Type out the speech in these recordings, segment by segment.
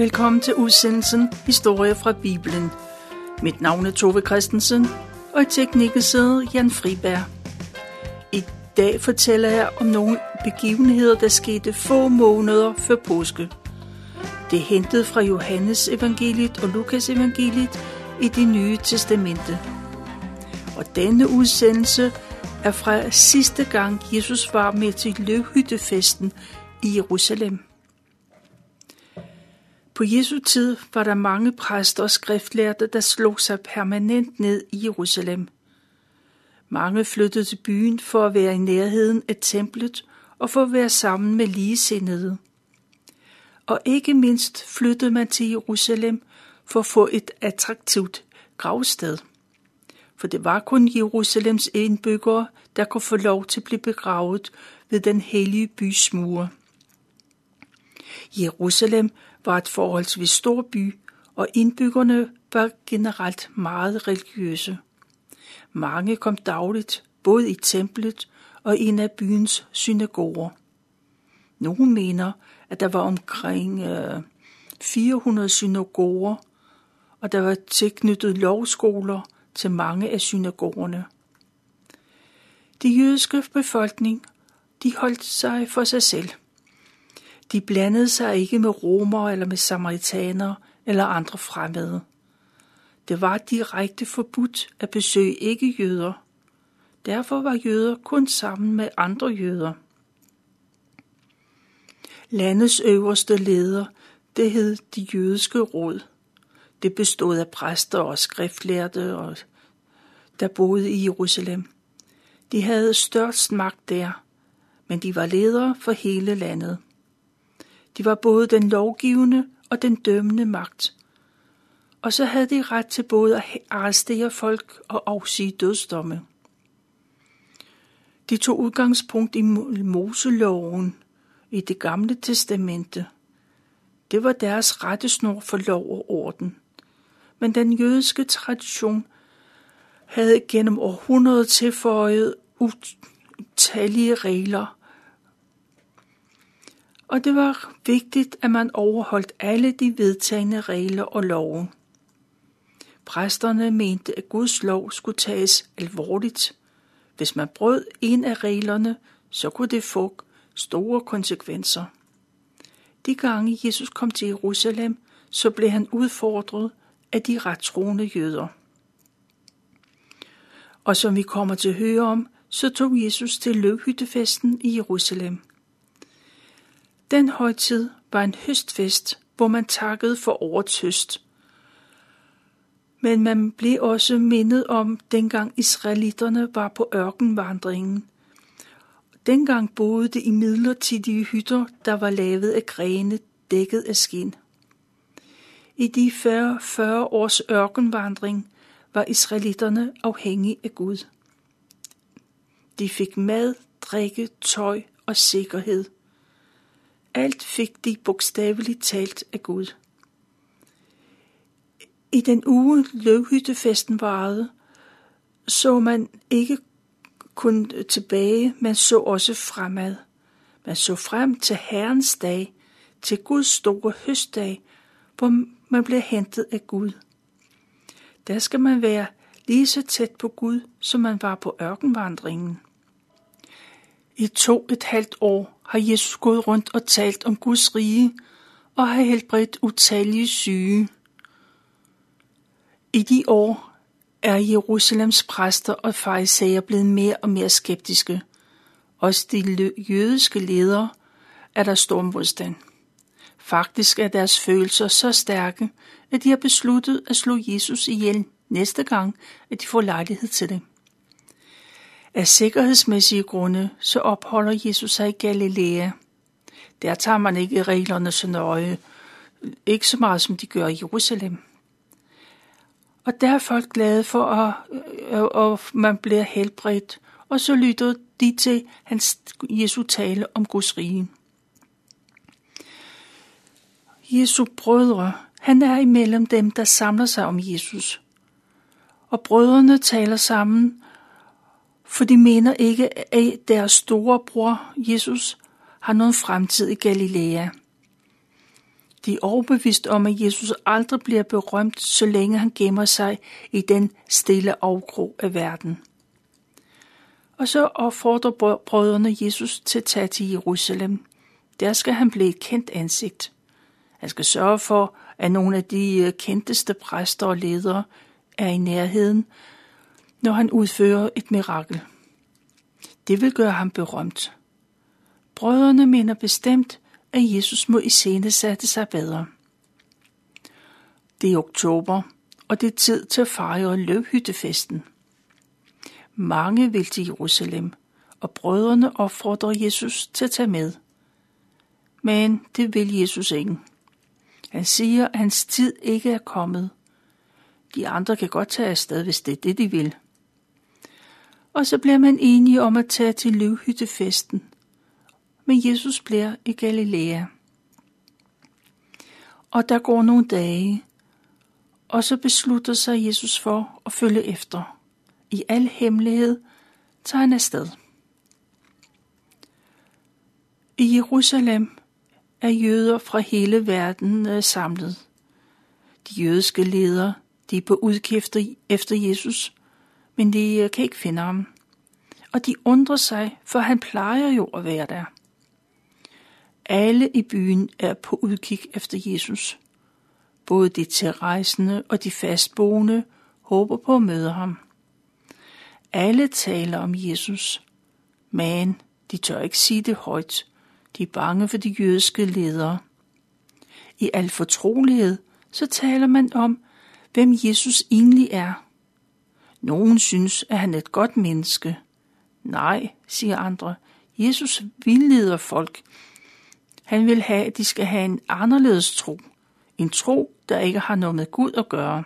Velkommen til udsendelsen Historie fra Bibelen. Mit navn er Tove Christensen, og i teknikken sidder Jan Friberg. I dag fortæller jeg om nogle begivenheder, der skete få måneder før påske. Det er hentet fra Johannes evangeliet og Lukas evangeliet i Det Nye Testamente. Og denne udsendelse er fra sidste gang Jesus var med til løvhyttefesten i Jerusalem. På Jesu tid var der mange præster og skriftlærde, der slog sig permanent ned i Jerusalem. Mange flyttede til byen for at være i nærheden af templet og for at være sammen med ligesindede. Og ikke mindst flyttede man til Jerusalem for at få et attraktivt gravsted. For det var kun Jerusalems indbyggere, der kunne få lov til at blive begravet ved den hellige bys mure. Jerusalem var et forholdsvis stor by, og indbyggerne var generelt meget religiøse. Mange kom dagligt, både i templet og i en af byens synagoger. Nogle mener, at der var omkring 400 synagoger, og der var tilknyttet lovskoler til mange af synagogerne. De jødiske befolkning, de holdt sig for sig selv. De blandede sig ikke med romere eller med samaritanere eller andre fremmede. Det var direkte forbudt at besøge ikke-jøder. Derfor var jøder kun sammen med andre jøder. Landets øverste leder, det hed de jødiske råd. Det bestod af præster og skriftlærde, der boede i Jerusalem. De havde størst magt der, men de var ledere for hele landet. De var både den lovgivende og den dømmende magt. Og så havde de ret til både at arrestere folk og afsige dødsdomme. De tog udgangspunkt i Moseloven i Det Gamle Testamente. Det var deres rettesnor for lov og orden. Men den jødiske tradition havde gennem århundreder tilføjet utallige regler. Og det var vigtigt, at man overholdt alle de vedtagne regler og love. Præsterne mente, at Guds lov skulle tages alvorligt. Hvis man brød en af reglerne, så kunne det få store konsekvenser. De gange Jesus kom til Jerusalem, så blev han udfordret af de rettroende jøder. Og som vi kommer til at høre om, så tog Jesus til løvhyttefesten i Jerusalem. Den højtid var en høstfest, hvor man takkede for årets høst. Men man blev også mindet om, dengang israelitterne var på ørkenvandringen. Dengang boede de i midlertidige hytter, der var lavet af grene dækket af skind. I de 40 års ørkenvandring var israelitterne afhængige af Gud. De fik mad, drikke, tøj og sikkerhed. Alt fik de bogstaveligt talt af Gud. I den uge løvhyttefesten varede, så man ikke kun tilbage, man så også fremad. Man så frem til Herrens dag, til Guds store høstdag, hvor man bliver hentet af Gud. Der skal man være lige så tæt på Gud, som man var på ørkenvandringen. I 2,5 år har Jesus gået rundt og talt om Guds rige og har helbredt utallige syge. I de år er Jerusalems præster og farisæer blevet mere og mere skeptiske. Også de jødiske ledere er der stor modstand. Faktisk er deres følelser så stærke, at de har besluttet at slå Jesus ihjel næste gang, at de får lejlighed til det. Af sikkerhedsmæssige grunde så opholder Jesus sig i Galilea. Der tager man ikke reglerne så nøje, ikke så meget som de gør i Jerusalem. Og der er folk glade for, at man bliver helbredt, og så lytter de til Jesu tale om Guds rige. Jesu brødre, han er imellem dem, der samler sig om Jesus. Og brødrene taler sammen, for de mener ikke, at deres store bror, Jesus, har nogen fremtid i Galilea. De er overbevist om, at Jesus aldrig bliver berømt, så længe han gemmer sig i den stille afkrog af verden. Og så opfordrer brødrene Jesus til at tage til Jerusalem. Der skal han blive et kendt ansigt. Han skal sørge for, at nogle af de kendteste præster og ledere er i nærheden, når han udfører et mirakel. Det vil gøre ham berømt. Brødrene mener bestemt, at Jesus må iscenesætte sig bedre. Det er oktober, og det er tid til at fejre løvhyttefesten. Mange vil til Jerusalem, og brødrene opfordrer Jesus til at tage med. Men det vil Jesus ikke. Han siger, at hans tid ikke er kommet. De andre kan godt tage afsted, hvis det er det, de vil. Og så bliver man enige om at tage til løvhyttefesten. Men Jesus bliver i Galilea. Og der går nogle dage, og så beslutter sig Jesus for at følge efter. I al hemmelighed tager han afsted. I Jerusalem er jøder fra hele verden samlet. De jødiske ledere, de er på udkig efter Jesus, men de kan ikke finde ham. Og de undrer sig, for han plejer jo at være der. Alle i byen er på udkig efter Jesus. Både de tilrejsende og de fastboende håber på at møde ham. Alle taler om Jesus, men de tør ikke sige det højt. De er bange for de jødiske ledere. I al fortrolighed så taler man om, hvem Jesus egentlig er. Nogen synes, at han er et godt menneske. Nej, siger andre. Jesus vildleder folk. Han vil have, at de skal have en anderledes tro. En tro, der ikke har noget med Gud at gøre.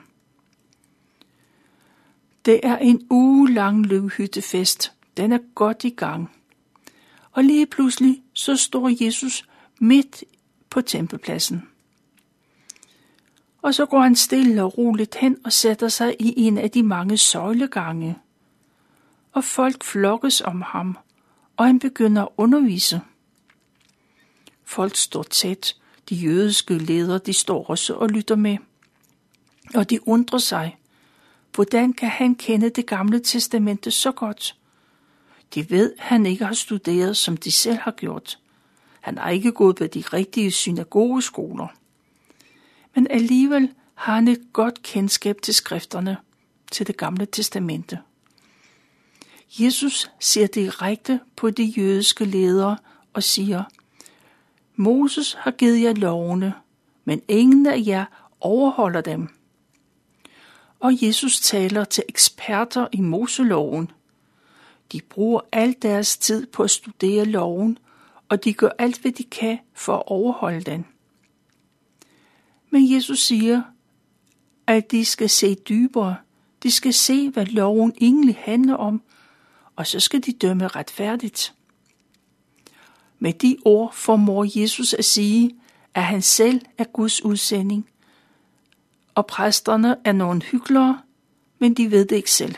Det er en ugelang løvhyttefest. Den er godt i gang. Og lige pludselig så står Jesus midt på tempelpladsen. Og så går han stille og roligt hen og sætter sig i en af de mange søjlegange. Og folk flokkes om ham, og han begynder at undervise. Folk står tæt. De jødiske ledere, de står også og lytter med. Og de undrer sig. Hvordan kan han kende det gamle testamente så godt? De ved, at han ikke har studeret, som de selv har gjort. Han har ikke gået på de rigtige synagogeskoler. Men alligevel har han et godt kendskab til skrifterne, til det gamle testamente. Jesus ser direkte på de jødiske ledere og siger, Moses har givet jer lovene, men ingen af jer overholder dem. Og Jesus taler til eksperter i Moseloven. De bruger al deres tid på at studere loven, og de gør alt, hvad de kan for at overholde den. Men Jesus siger, at de skal se dybere. De skal se, hvad loven egentlig handler om, og så skal de dømme retfærdigt. Med de ord formår Jesus at sige, at han selv er Guds udsending, og præsterne er nogle hyklere, men de ved det ikke selv.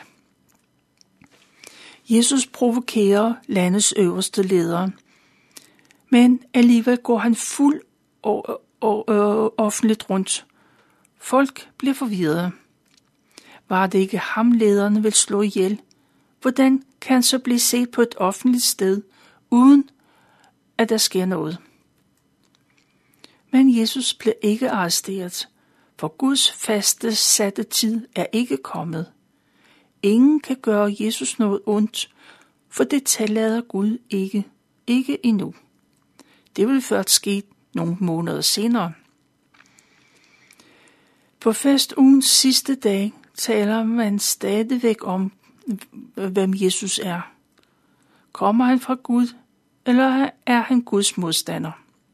Jesus provokerer landets øverste ledere, men alligevel går han fuld offentligt rundt. Folk bliver forvirrede. Var det ikke ham, lederne vil slå ihjel? Hvordan kan han så blive set på et offentligt sted, uden at der sker noget? Men Jesus bliver ikke arresteret, for Guds faste satte tid er ikke kommet. Ingen kan gøre Jesus noget ondt, for det tillader Gud ikke endnu. Det vil først ske nogle måneder senere. På festugens sidste dag taler man stadigvæk om, hvem Jesus er. Kommer han fra Gud, eller er han Guds modstander?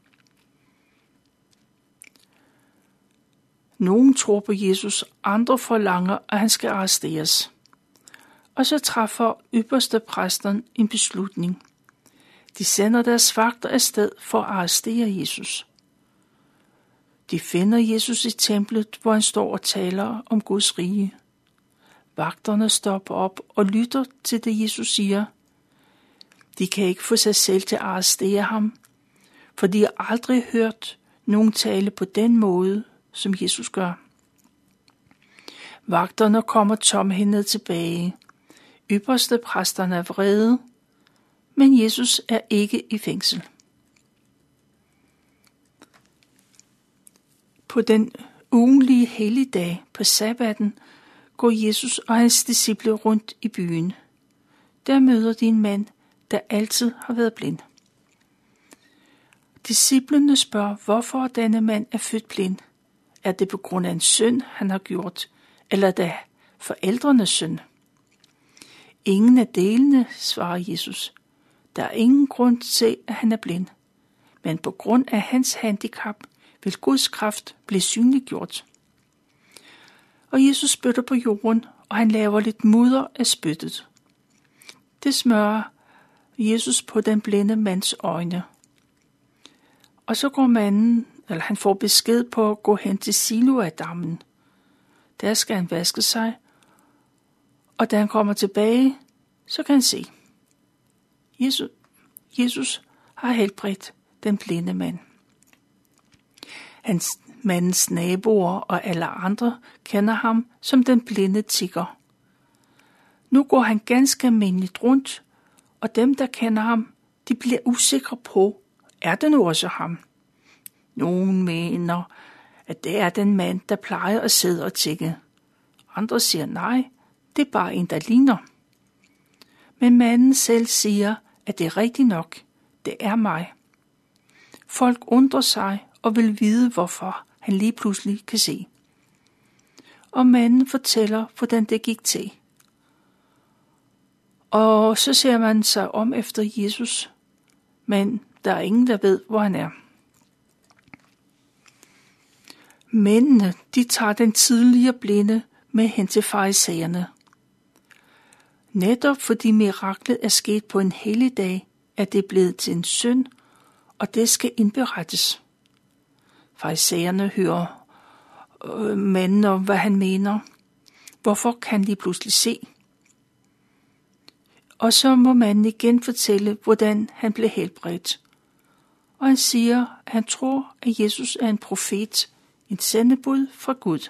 Nogen tror på Jesus, andre forlanger, at han skal arresteres. Og så træffer ypperste præsten en beslutning. De sender deres vagter afsted for at arrestere Jesus. De finder Jesus i templet, hvor han står og taler om Guds rige. Vagterne stopper op og lytter til det, Jesus siger. De kan ikke få sig selv til at arrestere ham, for de har aldrig hørt nogen tale på den måde, som Jesus gør. Vagterne kommer tomhændede tilbage. Ypperste præsterne er vrede, men Jesus er ikke i fængsel. På den ugentlige helligdag på sabbaten går Jesus og hans disciple rundt i byen. Der møder de en mand, der altid har været blind. Disciplene spørger, hvorfor denne mand er født blind. Er det på grund af en synd, han har gjort, eller er det forældrenes synd? Ingen af delene, svarer Jesus. Der er ingen grund til, at han er blind. Men på grund af hans handicap vil Guds kraft blive synliggjort. Og Jesus spytter på jorden, og han laver lidt mudder af spyttet. Det smører Jesus på den blinde mands øjne. Og så går han får besked på at gå hen til Siloadammen. Der skal han vaske sig, og da han kommer tilbage, så kan han se. Jesus har helbredt den blinde mand. Mandens naboer og alle andre kender ham som den blinde tigger. Nu går han ganske almindeligt rundt, og dem, der kender ham, de bliver usikre på, er det nu også ham? Nogen mener, at det er den mand, der plejer at sidde og tigge. Andre siger nej, det er bare en, der ligner. Men manden selv siger, at det er rigtigt nok, det er mig. Folk undrer sig og vil vide, hvorfor han lige pludselig kan se. Og manden fortæller, hvordan det gik til. Og så ser man sig om efter Jesus, men der er ingen, der ved, hvor han er. Mændene, de tager den tidligere blinde med hen til farisæerne. Netop fordi miraklet er sket på en helligdag, er det blevet til en synd, og det skal indberettes. Farisæerne hører manden om, hvad han mener. Hvorfor kan de pludselig se? Og så må manden igen fortælle, hvordan han blev helbredt. Og han siger, at han tror, at Jesus er en profet, en sendebud fra Gud.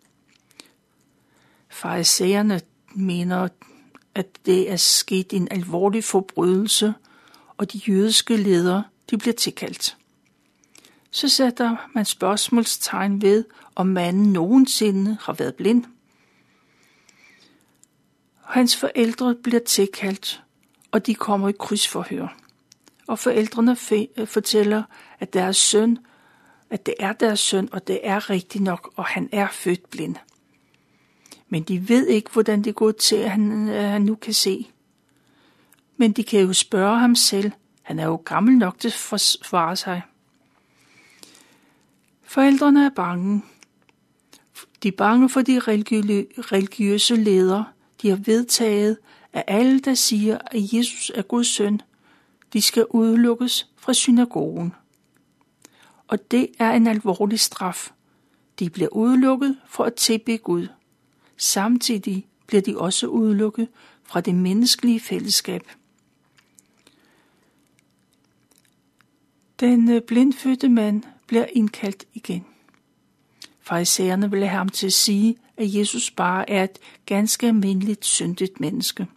Farisæerne mener, at det er sket en alvorlig forbrydelse, og de jødiske ledere, de bliver tilkaldt. Så sætter man spørgsmålstegn ved, om manden nogensinde har været blind. Hans forældre bliver tilkaldt, og de kommer i krydsforhør. Og forældrene fortæller, at det er deres søn, og det er rigtigt nok, og han er født blind. Men de ved ikke, hvordan det går til, at han nu kan se. Men de kan jo spørge ham selv. Han er jo gammel nok til at forsvare sig. Forældrene er bange. De er bange for de religiøse ledere. De har vedtaget, at alle, der siger, at Jesus er Guds søn, de skal udelukkes fra synagogen. Og det er en alvorlig straf. De bliver udelukket fra at tilbede Gud. Samtidig bliver de også udelukket fra det menneskelige fællesskab. Den blindfødte mand bliver indkaldt igen. Farisæerne vil have ham til at sige, at Jesus bare er et ganske almindeligt syndigt menneske.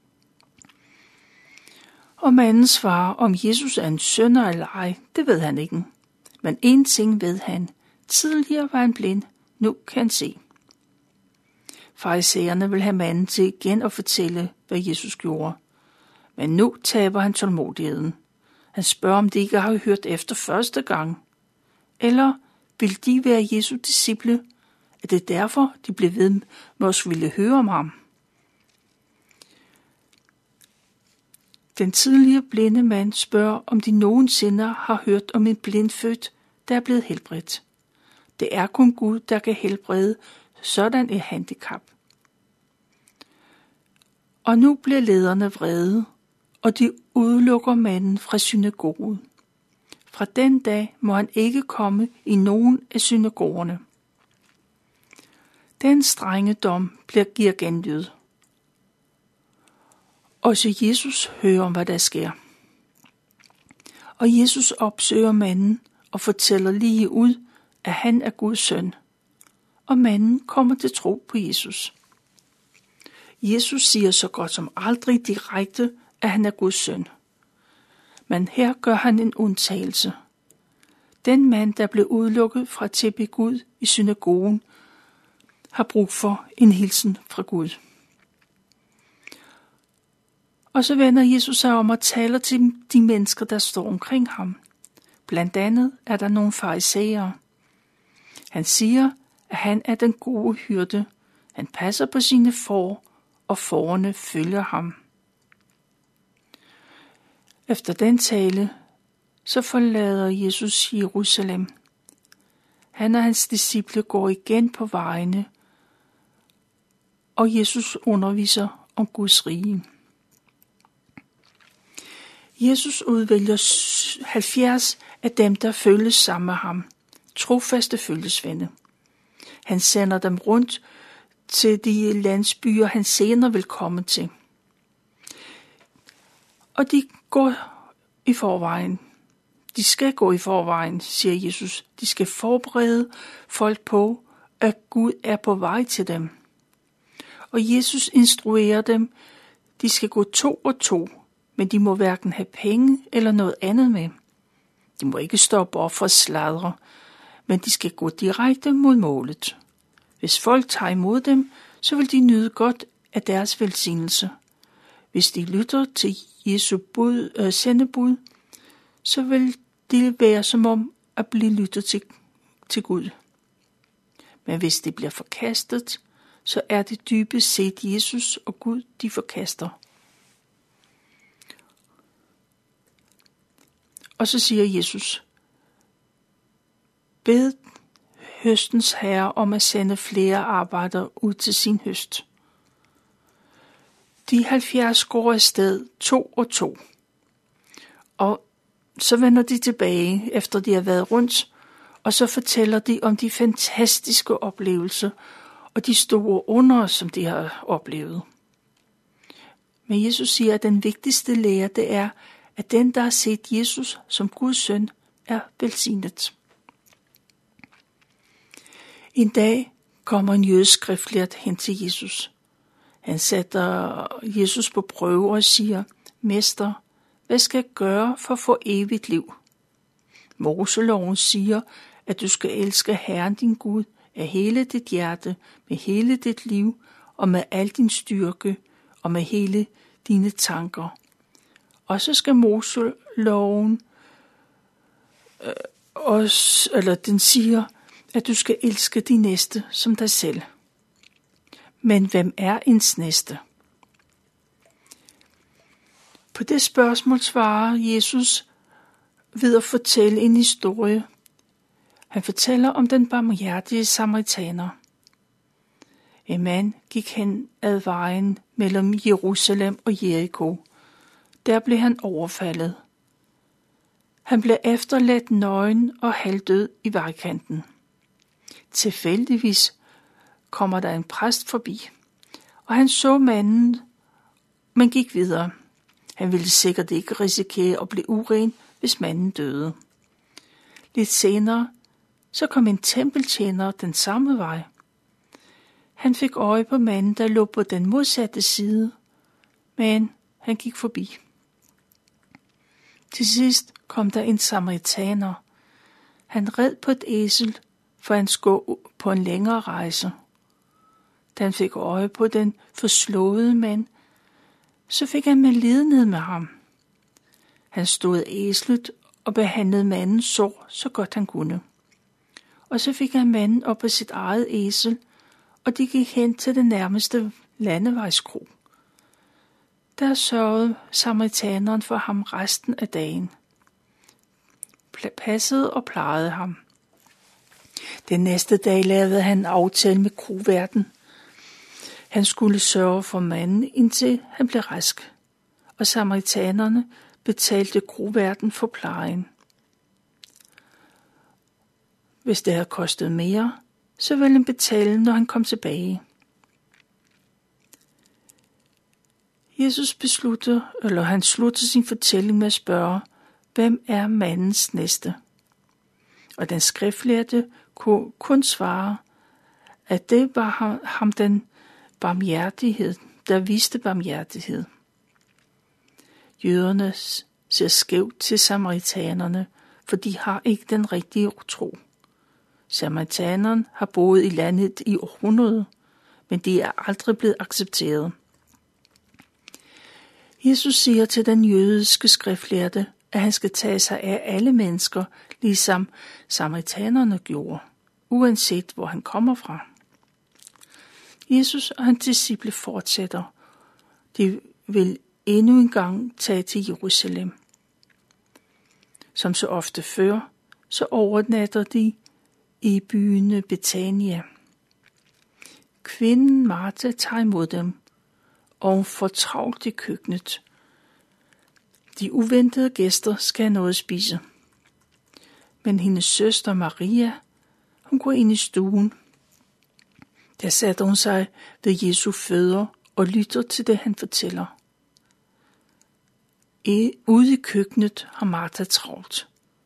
Og manden svarer, om Jesus er en synder eller ej, det ved han ikke. Men en ting ved han. Tidligere var han blind, nu kan han se. Farisæerne vil have manden til igen at fortælle, hvad Jesus gjorde. Men nu taber han tålmodigheden. Han spørger, om de ikke har hørt efter første gang. Eller vil de være Jesu disciple? Er det derfor, de blev ved med at ville høre om ham? Den tidligere blinde mand spørger, om de nogensinde har hørt om en blindfødt, der er blevet helbredt. Det er kun Gud, der kan helbrede sådan et handicap. Og nu bliver lederne vrede, og de udelukker manden fra synagogen. Fra den dag må han ikke komme i nogen af synagogerne. Den strenge dom giver genlyd. Også Jesus hører om, hvad der sker. Og Jesus opsøger manden og fortæller lige ud, at han er Guds søn. Og manden kommer til tro på Jesus. Jesus siger så godt som aldrig direkte, at han er Guds søn. Men her gør han en undtagelse. Den mand, der blev udelukket fra at tilbede Gud i synagogen, har brug for en hilsen fra Gud. Og så vender Jesus sig om og taler til de mennesker, der står omkring ham. Blandt andet er der nogle farisæere. Han siger, at han er den gode hyrde. Han passer på sine får, og fårene følger ham. Efter den tale, så forlader Jesus Jerusalem. Han og hans disciple går igen på vejene, og Jesus underviser om Guds rige. Jesus udvælger 70 af dem, der følges sammen med ham, trofaste følgesvende. Han sender dem rundt til de landsbyer, han senere vil komme til. Og de går i forvejen. De skal gå i forvejen, siger Jesus. De skal forberede folk på, at Gud er på vej til dem. Og Jesus instruerer dem, de skal gå 2 og 2, men de må hverken have penge eller noget andet med. De må ikke stoppe op for at sladre, men de skal gå direkte mod målet. Hvis folk tager imod dem, så vil de nyde godt af deres velsignelse. Hvis de lytter til Jesu sendebud, så vil det være som om at blive lyttet til Gud. Men hvis det bliver forkastet, så er det dybest set Jesus og Gud, de forkaster. Og så siger Jesus, bed høstens herre om at sende flere arbejdere ud til sin høst. De 70 går afsted 2 og 2. Og så vender de tilbage, efter de har været rundt, og så fortæller de om de fantastiske oplevelser og de store under, som de har oplevet. Men Jesus siger, at den vigtigste lære, det er, at den, der har set Jesus som Guds søn, er velsignet. En dag kommer en jødisk skriftlært hen til Jesus. Han sætter Jesus på prøve og siger, Mester, hvad skal jeg gøre for at få evigt liv? Moseloven siger, at du skal elske Herren din Gud af hele dit hjerte, med hele dit liv og med al din styrke og med hele dine tanker. Og så skal Moseloven, den siger, at du skal elske din næste som dig selv. Men hvem er ens næste? På det spørgsmål svarer Jesus ved at fortælle en historie. Han fortæller om den barmhjertige samaritaner. En mand gik hen ad vejen mellem Jerusalem og Jericho. Der blev han overfaldet. Han blev efterladt nøgen og halvdød i vejkanten. Tilfældigvis kommer der en præst forbi, og han så manden, men gik videre. Han ville sikkert ikke risikere at blive uren, hvis manden døde. Lidt senere, så kom en tempeltjener den samme vej. Han fik øje på manden, der lå på den modsatte side, men han gik forbi. Til sidst kom der en samaritaner. Han red på et æsel, for han skulle på en længere rejse. Da han fik øje på den forslåede mand, så fik han medlidenhed med ham. Han stod æslet og behandlede mandens sår så godt han kunne. Og så fik han manden op på sit eget æsel, og de gik hen til den nærmeste landevejskro. Der sørgede samaritaneren for ham resten af dagen. Passede og plejede ham. Den næste dag lavede han en aftale med kroværten. Han skulle sørge for manden, indtil han blev rask, og samaritanerne betalte kroværten for plejen. Hvis det havde kostet mere, så ville han betale, når han kom tilbage. Jesus sluttede sin fortælling med at spørge, hvem er mandens næste? Og den skriftlærde kunne kun svare, at det var ham den barmhjertighed, der viste barmhjertighed. Jøderne ser skævt til samaritanerne, for de har ikke den rigtige tro. Samaritanerne har boet i landet i århundreder, men de er aldrig blevet accepteret. Jesus siger til den jødiske skriftlærde, at han skal tage sig af alle mennesker, ligesom samaritanerne gjorde, uanset hvor han kommer fra. Jesus og hans disciple fortsætter. De vil endnu en gang tage til Jerusalem. Som så ofte før, så overnatter de i byen Betania. Kvinden Martha tager imod dem, og hun får travlt i køkkenet. De uventede gæster skal have noget at spise. Men hendes søster Maria, hun går ind i stuen. Der sætter hun sig ved Jesu fødder og lytter til det, han fortæller. Ude i køkkenet har Martha travlt.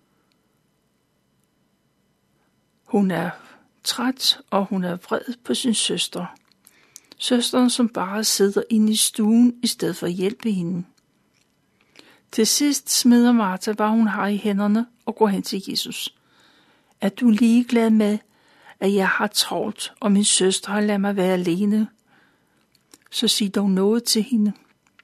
Hun er træt, og hun er vred på sin søster. Søsteren, som bare sidder inde i stuen, i stedet for at hjælpe hende. Til sidst smider Martha, hvad hun har i hænderne, og går hen til Jesus. Er du ligeglad med, at jeg har travlt, og min søster har ladet mig være alene? Så sig dog noget til hende.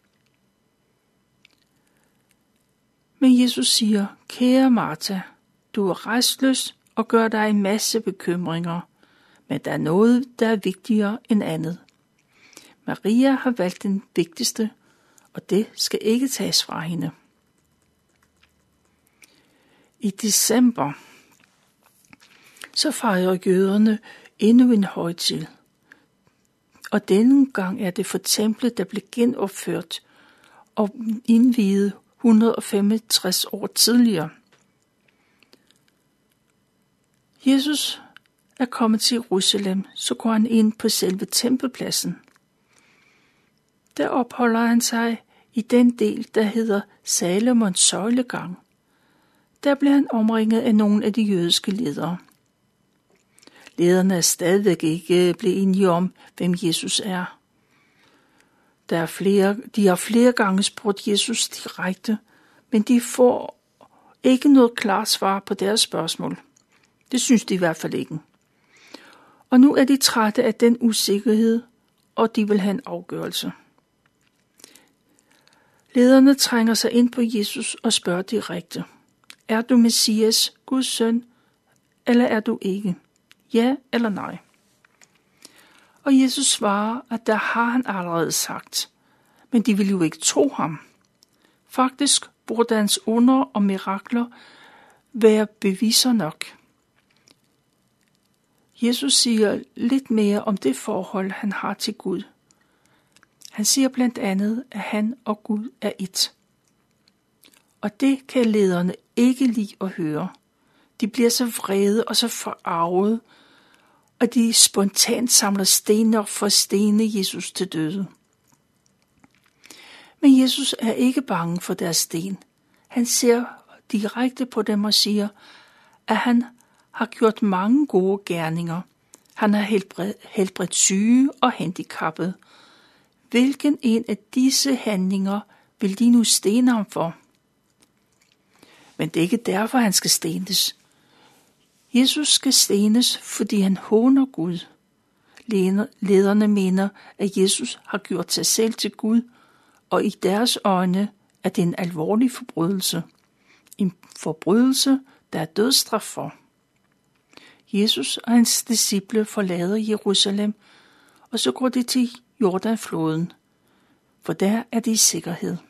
Men Jesus siger, kære Martha, du er restløs og gør dig en masse bekymringer, men der er noget, der er vigtigere end andet. Maria har valgt den vigtigste, og det skal ikke tages fra hende. I december så fejrer jøderne endnu en højtid, og denne gang er det for templet, der blev genopført og indviet 165 år tidligere. Jesus er kommet til Jerusalem, så går han ind på selve tempelpladsen. Der opholder han sig i den del, der hedder Salomons søjlegang. Der bliver han omringet af nogle af de jødiske ledere. Lederne er stadigvæk ikke blevet enige om, hvem Jesus er. De har flere gange spurgt Jesus direkte, men de får ikke noget klart svar på deres spørgsmål. Det synes de i hvert fald ikke. Og nu er de trætte af den usikkerhed, og de vil have en afgørelse. Lederne trænger sig ind på Jesus og spørger direkte. Er du Messias, Guds søn, eller er du ikke? Ja eller nej? Og Jesus svarer, at der har han allerede sagt, men de vil jo ikke tro ham. Faktisk burde hans under og mirakler være beviser nok. Jesus siger lidt mere om det forhold, han har til Gud. Han siger blandt andet, at han og Gud er ét. Og det kan lederne ikke lide at høre. De bliver så vrede og så forarvede, og de spontant samler sten op for at stene Jesus til døde. Men Jesus er ikke bange for deres sten. Han ser direkte på dem og siger, at han har gjort mange gode gerninger. Han har helbredt syge og handicappede. Hvilken en af disse handlinger vil de nu stene ham for? Men det er ikke derfor, han skal stenes. Jesus skal stenes, fordi han håner Gud. Lederne mener, at Jesus har gjort sig selv til Gud, og i deres øjne er det en alvorlig forbrydelse. En forbrydelse, der er dødsstraf for. Jesus og hans disciple forlader Jerusalem, og så går de til Jordanfloden, for der er de i sikkerhed.